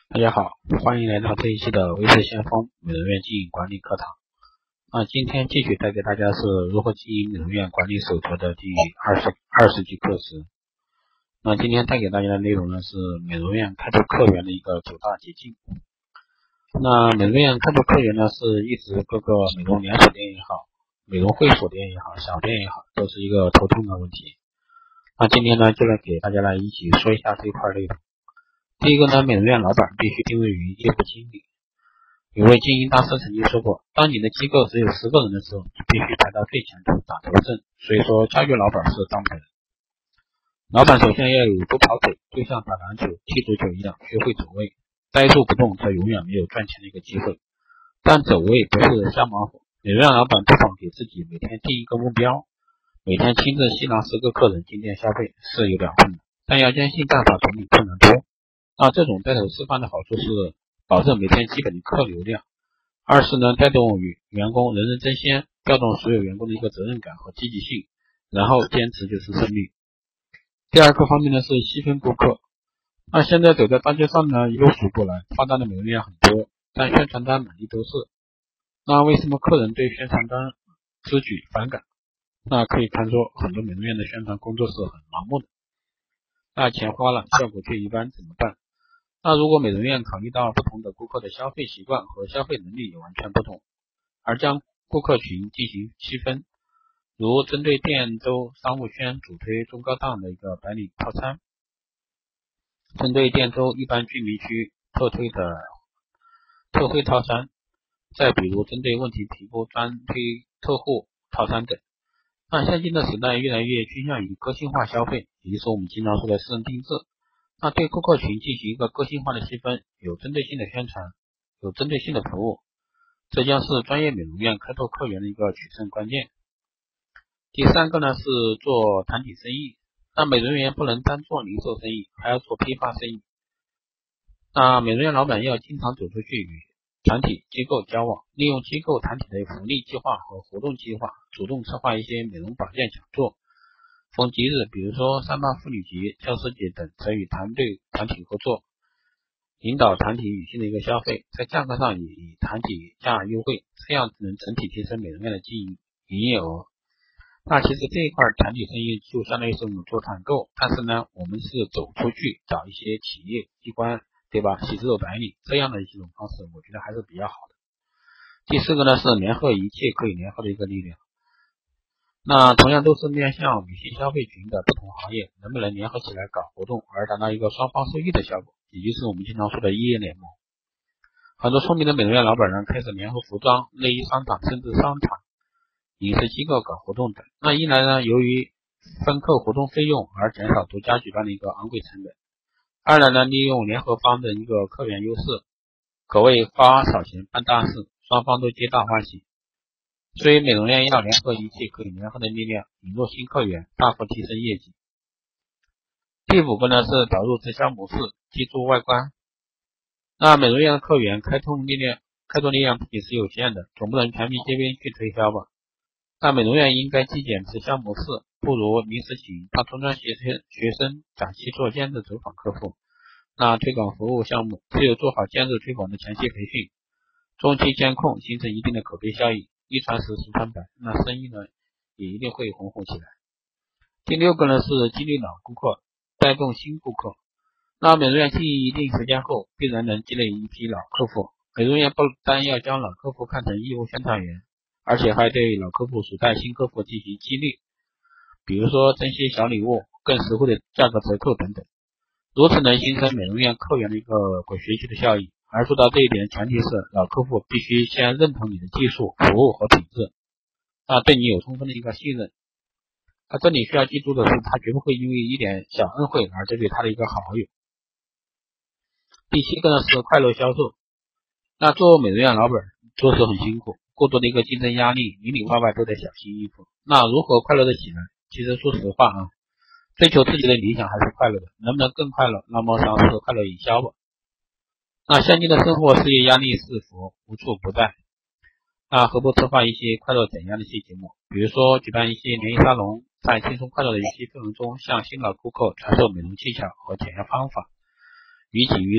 大家好，欢迎来到这一期的微视先锋美容院经营管理课堂。今天继续带给大家是如何经营美容院管理手册的第20期课时。今天带给大家的内容呢是美容院开拓客源的一个9大捷径。美容院开拓客源呢是一直各个美容连锁店也好，美容会所店也好，小店也好，都是一个头痛的问题。今天呢就来给大家来一起说一下这一块内容。第一个呢，美容院老板必须定位于业务经理。有位经营大师曾经说过，当你的机构只有10个人的时候，你必须排到最前头打头阵。所以说，教育老板是当本人。老板首先要有多跑腿，就像打篮球、踢足球一样，学会走位。呆住不动，则永远没有赚钱的一个机会。但走位不是瞎忙活。美容院老板不妨给自己每天定一个目标，每天亲自吸纳10个客人进店消费是有点困难，但要坚信办法总比困难多。这种带头示范的好处是保证每天基本的客流量。二是呢，带动员工人人争先，调动所有员工的一个责任感和积极性，然后坚持就是胜利。第二个方面呢是细分顾客。现在走在大街上呢有数不来，发单的美容院很多，但宣传单满地都是。为什么客人对宣传单之举反感？可以看出很多美容院的宣传工作是很盲目的。钱花了，效果却一般，怎么办？如果美容院考虑到不同的顾客的消费习惯和消费能力也完全不同，而将顾客群进行细分，如针对店周商务圈主推中高档的一个白领套餐，针对店周一般居民区特推的特惠套餐，再比如针对问题皮肤专推特护套餐等。现今的时代越来越趋向于个性化消费，也就是我们经常说的私人定制。对顾客群进行一个个性化的细分，有针对性的宣传，有针对性的服务，这将是专业美容院开拓客源的一个取胜关键。第三个呢是做团体生意。美容院不能单做零售生意，还要做批发生意。美容院老板要经常走出去与团体机构交往，利用机构团体的福利计划和活动计划，主动策划一些美容保健讲座。逢吉日，比如说3·8妇女节、教师节等，则与团体合作，引导团体女性的一个消费，在价格上也以团体价优惠，这样能整体提升美容院的营业额。其实这一块团体生意就相当于是我们做团购，但是呢，我们是走出去找一些企业机关，对吧？喜之有白领这样的一种方式，我觉得还是比较好的。第四个呢是联合一切可以联合的一个力量。同样都是面向女性消费群的不同行业，能不能联合起来搞活动，而达到一个双方受益的效果，也就是我们经常说的异业联盟。很多聪明的美容院老板呢，开始联合服装、内衣商场，甚至商场、影视机构搞活动等。一来呢，由于分扣活动费用而减少独家举办的一个昂贵成本；二来呢，利用联合方的一个客源优势，可谓花少钱办大事，双方都皆大欢喜。所以美容院要联合一切可以联合的力量，引入新客源，大幅提升业绩。第五个呢是导入直销模式，记住外观。美容院的客源开拓力量不仅是有限的，总不能全民皆兵去推销吧。美容院应该既简直销模式，不如临时请大中专学生假期做兼职走访客户。推广服务项目，只有做好兼职推广的前期培训，中期监控，形成一定的口碑效应，一传十，十传百，生意呢也一定会红起来。第六个呢是激励老顾客，带动新顾客。美容院经营一定时间后，必然能积累一批老客户。美容院不单要将老客户看成义务宣传员，而且还对老客户数代新客户进行激励，比如说赠些小礼物、更实惠的价格折扣等等。如此能形成美容院客源的一个滚学习的效应。而做到这一点，前提是老客户必须先认同你的技术、服务和品质，对你有充分的一个信任。这里需要记住的是，他绝不会因为一点小恩惠而得罪他的一个好友。第七个呢是快乐销售。做美容院老板做事很辛苦，过多的一个竞争压力，里里外外都得小心应付。如何快乐的起来？其实说实话追求自己的理想还是快乐的，能不能更快乐？那么尝试快乐营销吧。现今的生活事业压力是否无处不在？何不策划一些快乐减压的一些节目？比如说举办一些联谊沙龙，在轻松快乐的游戏氛围中，向新老顾客传授美容技巧和减压方法，于己于人。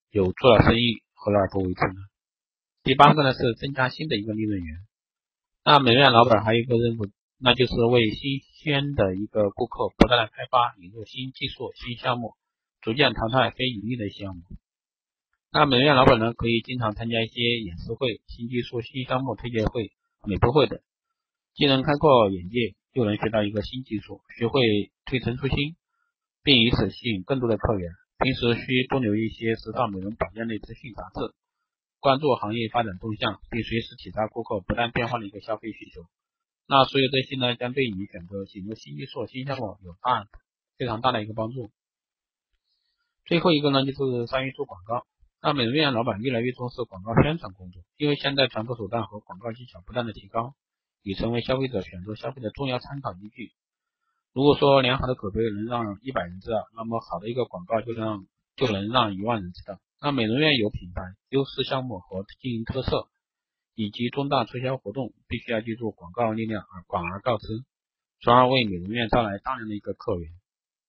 有做了生意，何乐而不为之呢？第8个呢是增加新的一个利润源。那美容院老板还有一个任务，那就是为新鲜的一个顾客不断的开发，引入新技术、新项目，逐渐淘汰非盈利的项目。那美容院老板呢，可以经常参加一些演示会、新技术、新项目推介会、美博会等，既能开阔眼界，又能学到一个新技术，学会推陈出新，并以此吸引更多的客源。平时需多留一些时尚美容保健类资讯杂志，关注行业发展动向，并随时体察顾客不断变化的一个消费需求。那所有这些呢，将对你选择引入新技术、新项目有非常大的一个帮助。最后一个呢，就是善于做广告。那美容院老板越来越重视广告宣传工作，因为现在传播手段和广告技巧不断的提高，已成为消费者选择消费的重要参考依据。如果说良好的口碑能让100人知道，那么好的一个广告就能让1万人知道。那美容院有品牌、优势项目和经营特色，以及重大促销活动，必须要记住广告力量而广而告之，从而为美容院招来大量的一个客源。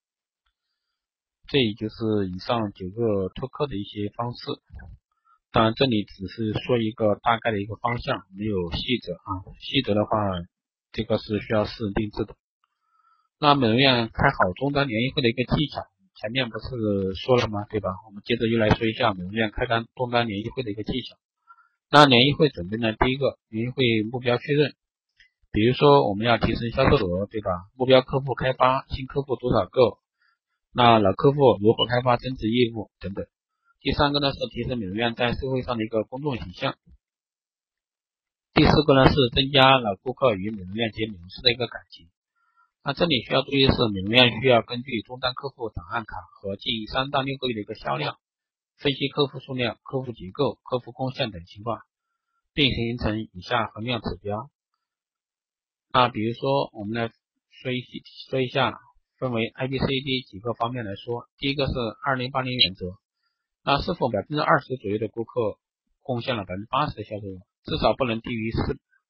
这也就是以上9个拓客的一些方式。当然这里只是说一个大概的一个方向，没有细则啊。细则的话，这个是需要私人定制的。那美容院开好终端联谊会的一个技巧，前面不是说了吗？对吧？我们接着又来说一下美容院开终端联谊会的一个技巧。那联谊会准备呢，第一个联谊会目标确认，比如说我们要提升销售额，对吧？目标客户开发，新客户多少个，那老客户如何开发增值业务等等。第3个呢是提升美容院在社会上的一个公众形象。第4个呢是增加老顾客与美容院及美容师的一个感情。那这里需要注意的是，美容院需要根据终端客户档案卡和近3到6个月的一个销量，分析客户数量、客户结构、客户贡献等情况，并形成以下衡量指标。那比如说我们来说一下，分为 ABCD 几个方面来说。第一个是2080原则，那是否 20% 左右的顾客贡献了 80% 的销售额，至少不能低于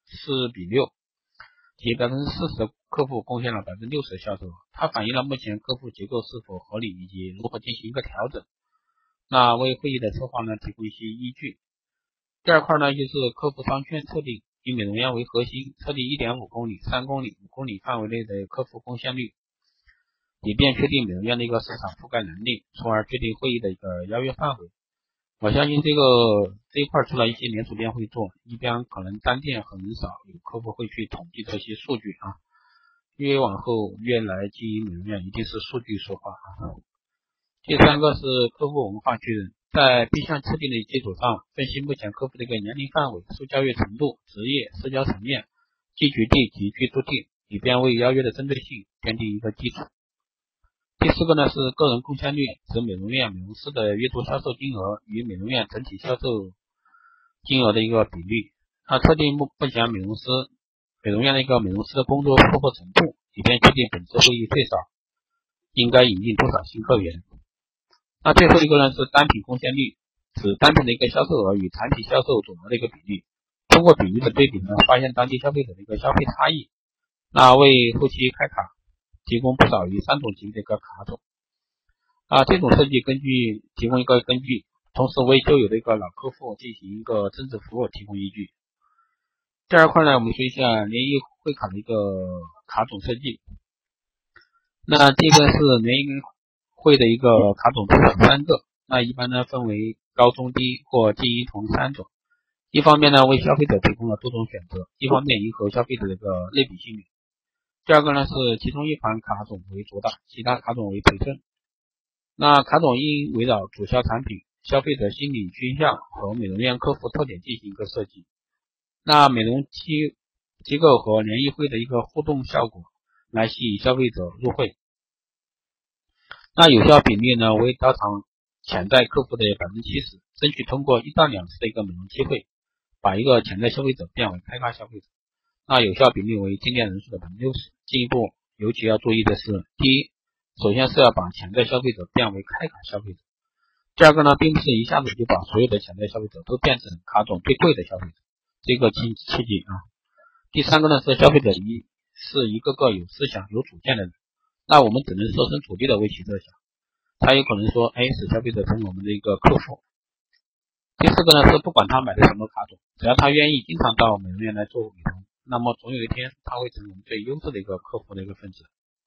4比6，即 40% 的客户贡献了 60% 的销售额，它反映了目前客户结构是否合理以及如何进行一个调整。那为会议的策划呢提供一些依据。第2块呢就是客户商圈测定，以美容院为核心，测定 1.5公里、3公里、5公里范围内的客户贡献率，以便确定美容院的一个市场覆盖能力，从而确定会议的一个邀约范围。我相信这一块除了一些连锁店会做，一般可能单店很少有客户会去统计这些数据啊。越往后越来经营美容院一定是数据说话啊。第3个是客户文化确认，在 B 项测定的基础上，分析目前客户的一个年龄范围、受教育程度、职业、社交层面、寄居地及居住地，以便为邀约的针对性奠定一个基础。第4个呢是个人贡献率，指美容院美容师的月度销售金额与美容院整体销售金额的一个比例。它测定目前美容院的一个美容师的工作负荷程度，以便确定本次会议最少应该引进多少新客源。那最后一个呢是单品贡献率，指单品的一个销售额与产品销售总额的一个比例。通过比例的对比呢，发现当地消费者的一个消费差异，那为后期开卡提供不少于3种级别的一个卡种。这种设计提供一个根据，同时为旧有的一个老客户进行一个增值服务提供依据。第2块呢，我们说一下联谊会卡的一个卡种设计。那这个是联谊会的一个卡种至少3个，那一般呢分为高中低或近一同3种。一方面呢为消费者提供了多种选择，一方面迎合消费者的一个类比心理。第2个呢是其中一款卡种为主打，其他卡种为陪衬。那卡种应围绕主销产品、消费者心理倾向和美容院客户特点进行一个设计。那美容机构和联谊会的一个互动效果来吸引消费者入会。那有效比例呢为招藏潜在客户的 70%， 争取通过1到2次的一个美容机会，把一个潜在消费者变为开发消费者。那有效比例为进店人数的 60%。 进一步尤其要注意的是，第一，首先是要把潜在消费者变为开卡消费者。第2个呢，并不是一下子就把所有的潜在消费者都变成卡种最贵的消费者，这个切记啊。第3个呢是消费者是一个个有思想有主见的人，那我们只能设身处地的为其设想，他有可能说使消费者成为我们的一个客户， 第四个呢是不管他买的什么卡种，只要他愿意经常到美容院来做美容，那么总有一天他会成为我们最优质的一个客户的一个分子。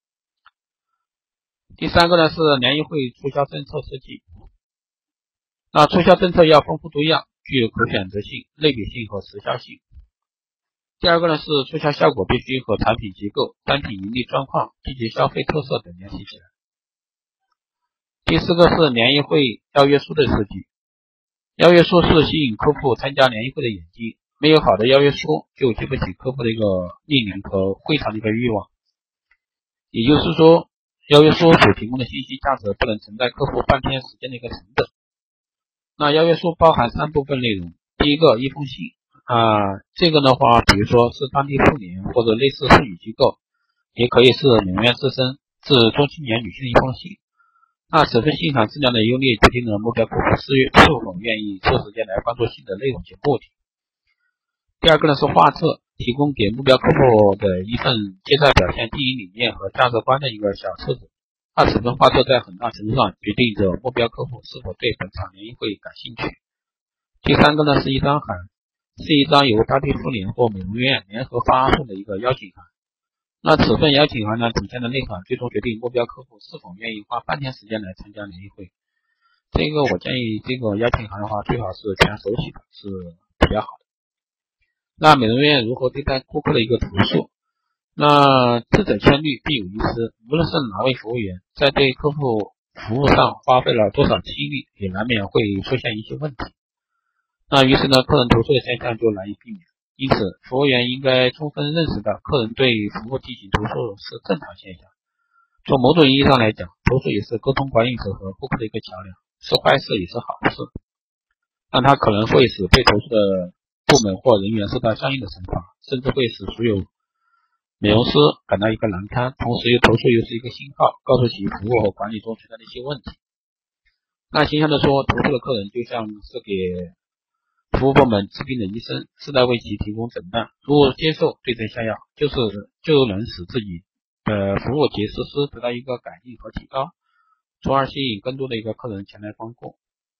第三个呢是联谊会促销政策设计。那促销政策要丰富多样，具有可选择性、类比性和时效性。第二个呢是促销效果必须和产品结构、单品盈利状况、积极消费特色等联系起来。第四个是联谊会邀约书的设计。邀约书是吸引客户参加联谊会的眼睛，没有好的邀约书就激不起客户的一个莅临和会场的一个欲望。也就是说，邀约书所提供的信息价值不能承载客户半天时间的一个成本。那邀约书包含3部分内容，第一个一封信这个的话，比如说是当地妇联或者类似妇女机构，也可以是美容院自身致中青年女性的一封信。那此份信函质量的优劣决定了目标客户是否愿意抽时间来关注信的内容及目的。第二个呢是画册，提供给目标客户的一份介绍表现经营理念和价值观的一个小册子。那此份画册在很大程度上决定着目标客户是否对本场联谊会感兴趣。第三个呢是一张函，是一张由当地妇联或美容院联合发送的一个邀请函。那此份邀请函呢体现的内涵最终决定目标客户是否愿意花半天时间来参加联谊会。这个我建议这个邀请函的话最好是全手写的，是比较好的。那美容院如何对待顾客的一个投诉？那智者千虑必有一失，无论是哪位服务员在对客户服务上花费了多少精力，也难免会出现一些问题。那于是呢，客人投诉的现象就难以避免。因此，服务员应该充分认识到客人对服务进行投诉是正常现象。从某种意义上来讲，投诉也是沟通管理者和顾客的一个桥梁，是坏事也是好事。但它可能会使被投诉的部门或人员受到相应的惩罚，甚至会使所有美容师感到一个难堪，同时投诉又是一个信号，告诉其服务和管理中存在的一些问题。那形象的说，投诉的客人就像是给服务部门治病的医生，是在为其提供诊断，如果接受对症下药，就能使自己的服务及设施得到一个改进和提高，从而吸引更多的一个客人前来光顾。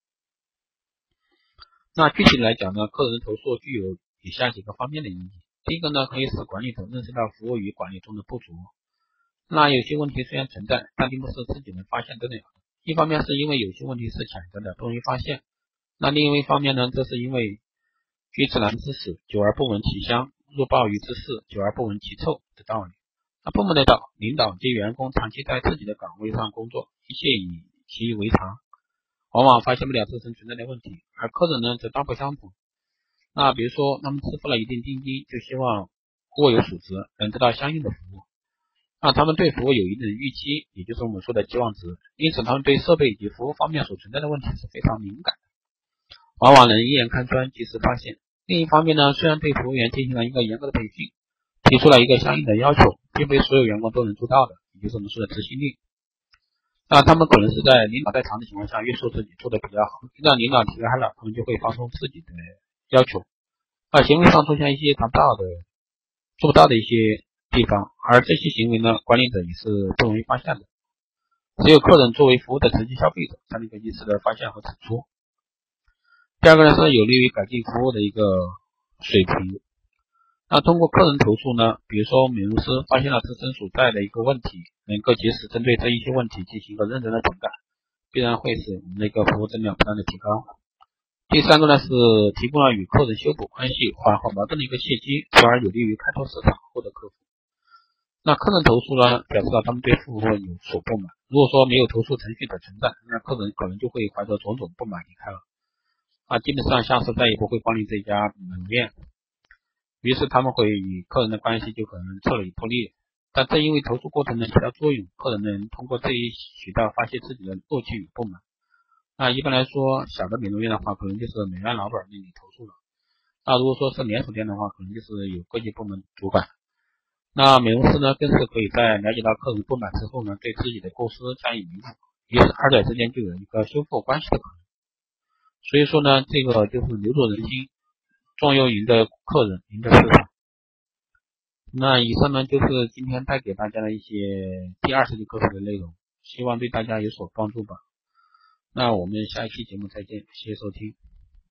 那具体来讲呢，客人投诉具有以下几个方面的意义。第一个呢，可以使管理者认识到服务与管理中的不足。那有些问题虽然存在，但并不是自己能发现得了的。一方面是因为有些问题是潜在的，不容易发现。那另一方面呢，这是因为居自然之始，久而不闻其香，入鲍鱼之肆，久而不闻其臭的道理。那部门的领导及员工长期在自己的岗位上工作，一切以其为常，往往发现不了自身存在的问题，而客人呢则大不相同。那比如说他们支付了一定定金，就希望握有所值，能得到相应的服务。那他们对服务有一定的预期，也就是我们说的期望值，因此他们对设备以及服务方面所存在的问题是非常敏感的，往往能一眼看穿，及时发现。另一方面呢，虽然对服务员进行了一个严格的培训，提出了一个相应的要求，并非所有员工都能做到的，也就是我们说的执行力。那他们可能是在领导在场的情况下约束自己做得比较好，一旦领导提开了，他们就会放松自己的要求，行为上出现一些做不到的一些地方，而这些行为呢，管理者也是不容易发现的。只有客人作为服务的直接消费者才能够及时的发现和指出。第二个呢是有利于改进服务的一个水平。那通过客人投诉呢，比如说美容师发现了自身所在的一个问题，能够及时针对这一些问题进行一个认真的整改，必然会使我们的一个服务质量不断的提高。第三个呢是提供了与客人修补关系、缓和矛盾的一个契机，从而有利于开拓市场，获得客户。那客人投诉呢，表示了他们对服务有所不满。如果说没有投诉程序的存在，那客人可能就会怀着种种不满离开了。基本上下次再也不会光临这家美容院。于是他们会与客人的关系就可能彻底破裂。但正因为投诉过程能起到作用，客人能通过这一渠道发泄自己的怒气与不满。那一般来说，小的美容院的话，可能就是美容院老板那里投诉了。那如果说是连锁店的话，可能就是有各级部门主管。那美容师呢，更是可以在了解到客人不满之后呢，对自己的过失加以弥补，于是二者之间就有一个修复关系的可能。所以说呢，这个就是留住人心，重用赢得客人，赢得市场。那以上呢就是今天带给大家的一些第20节课程的内容，希望对大家有所帮助吧。那我们下一期节目再见，谢谢收听。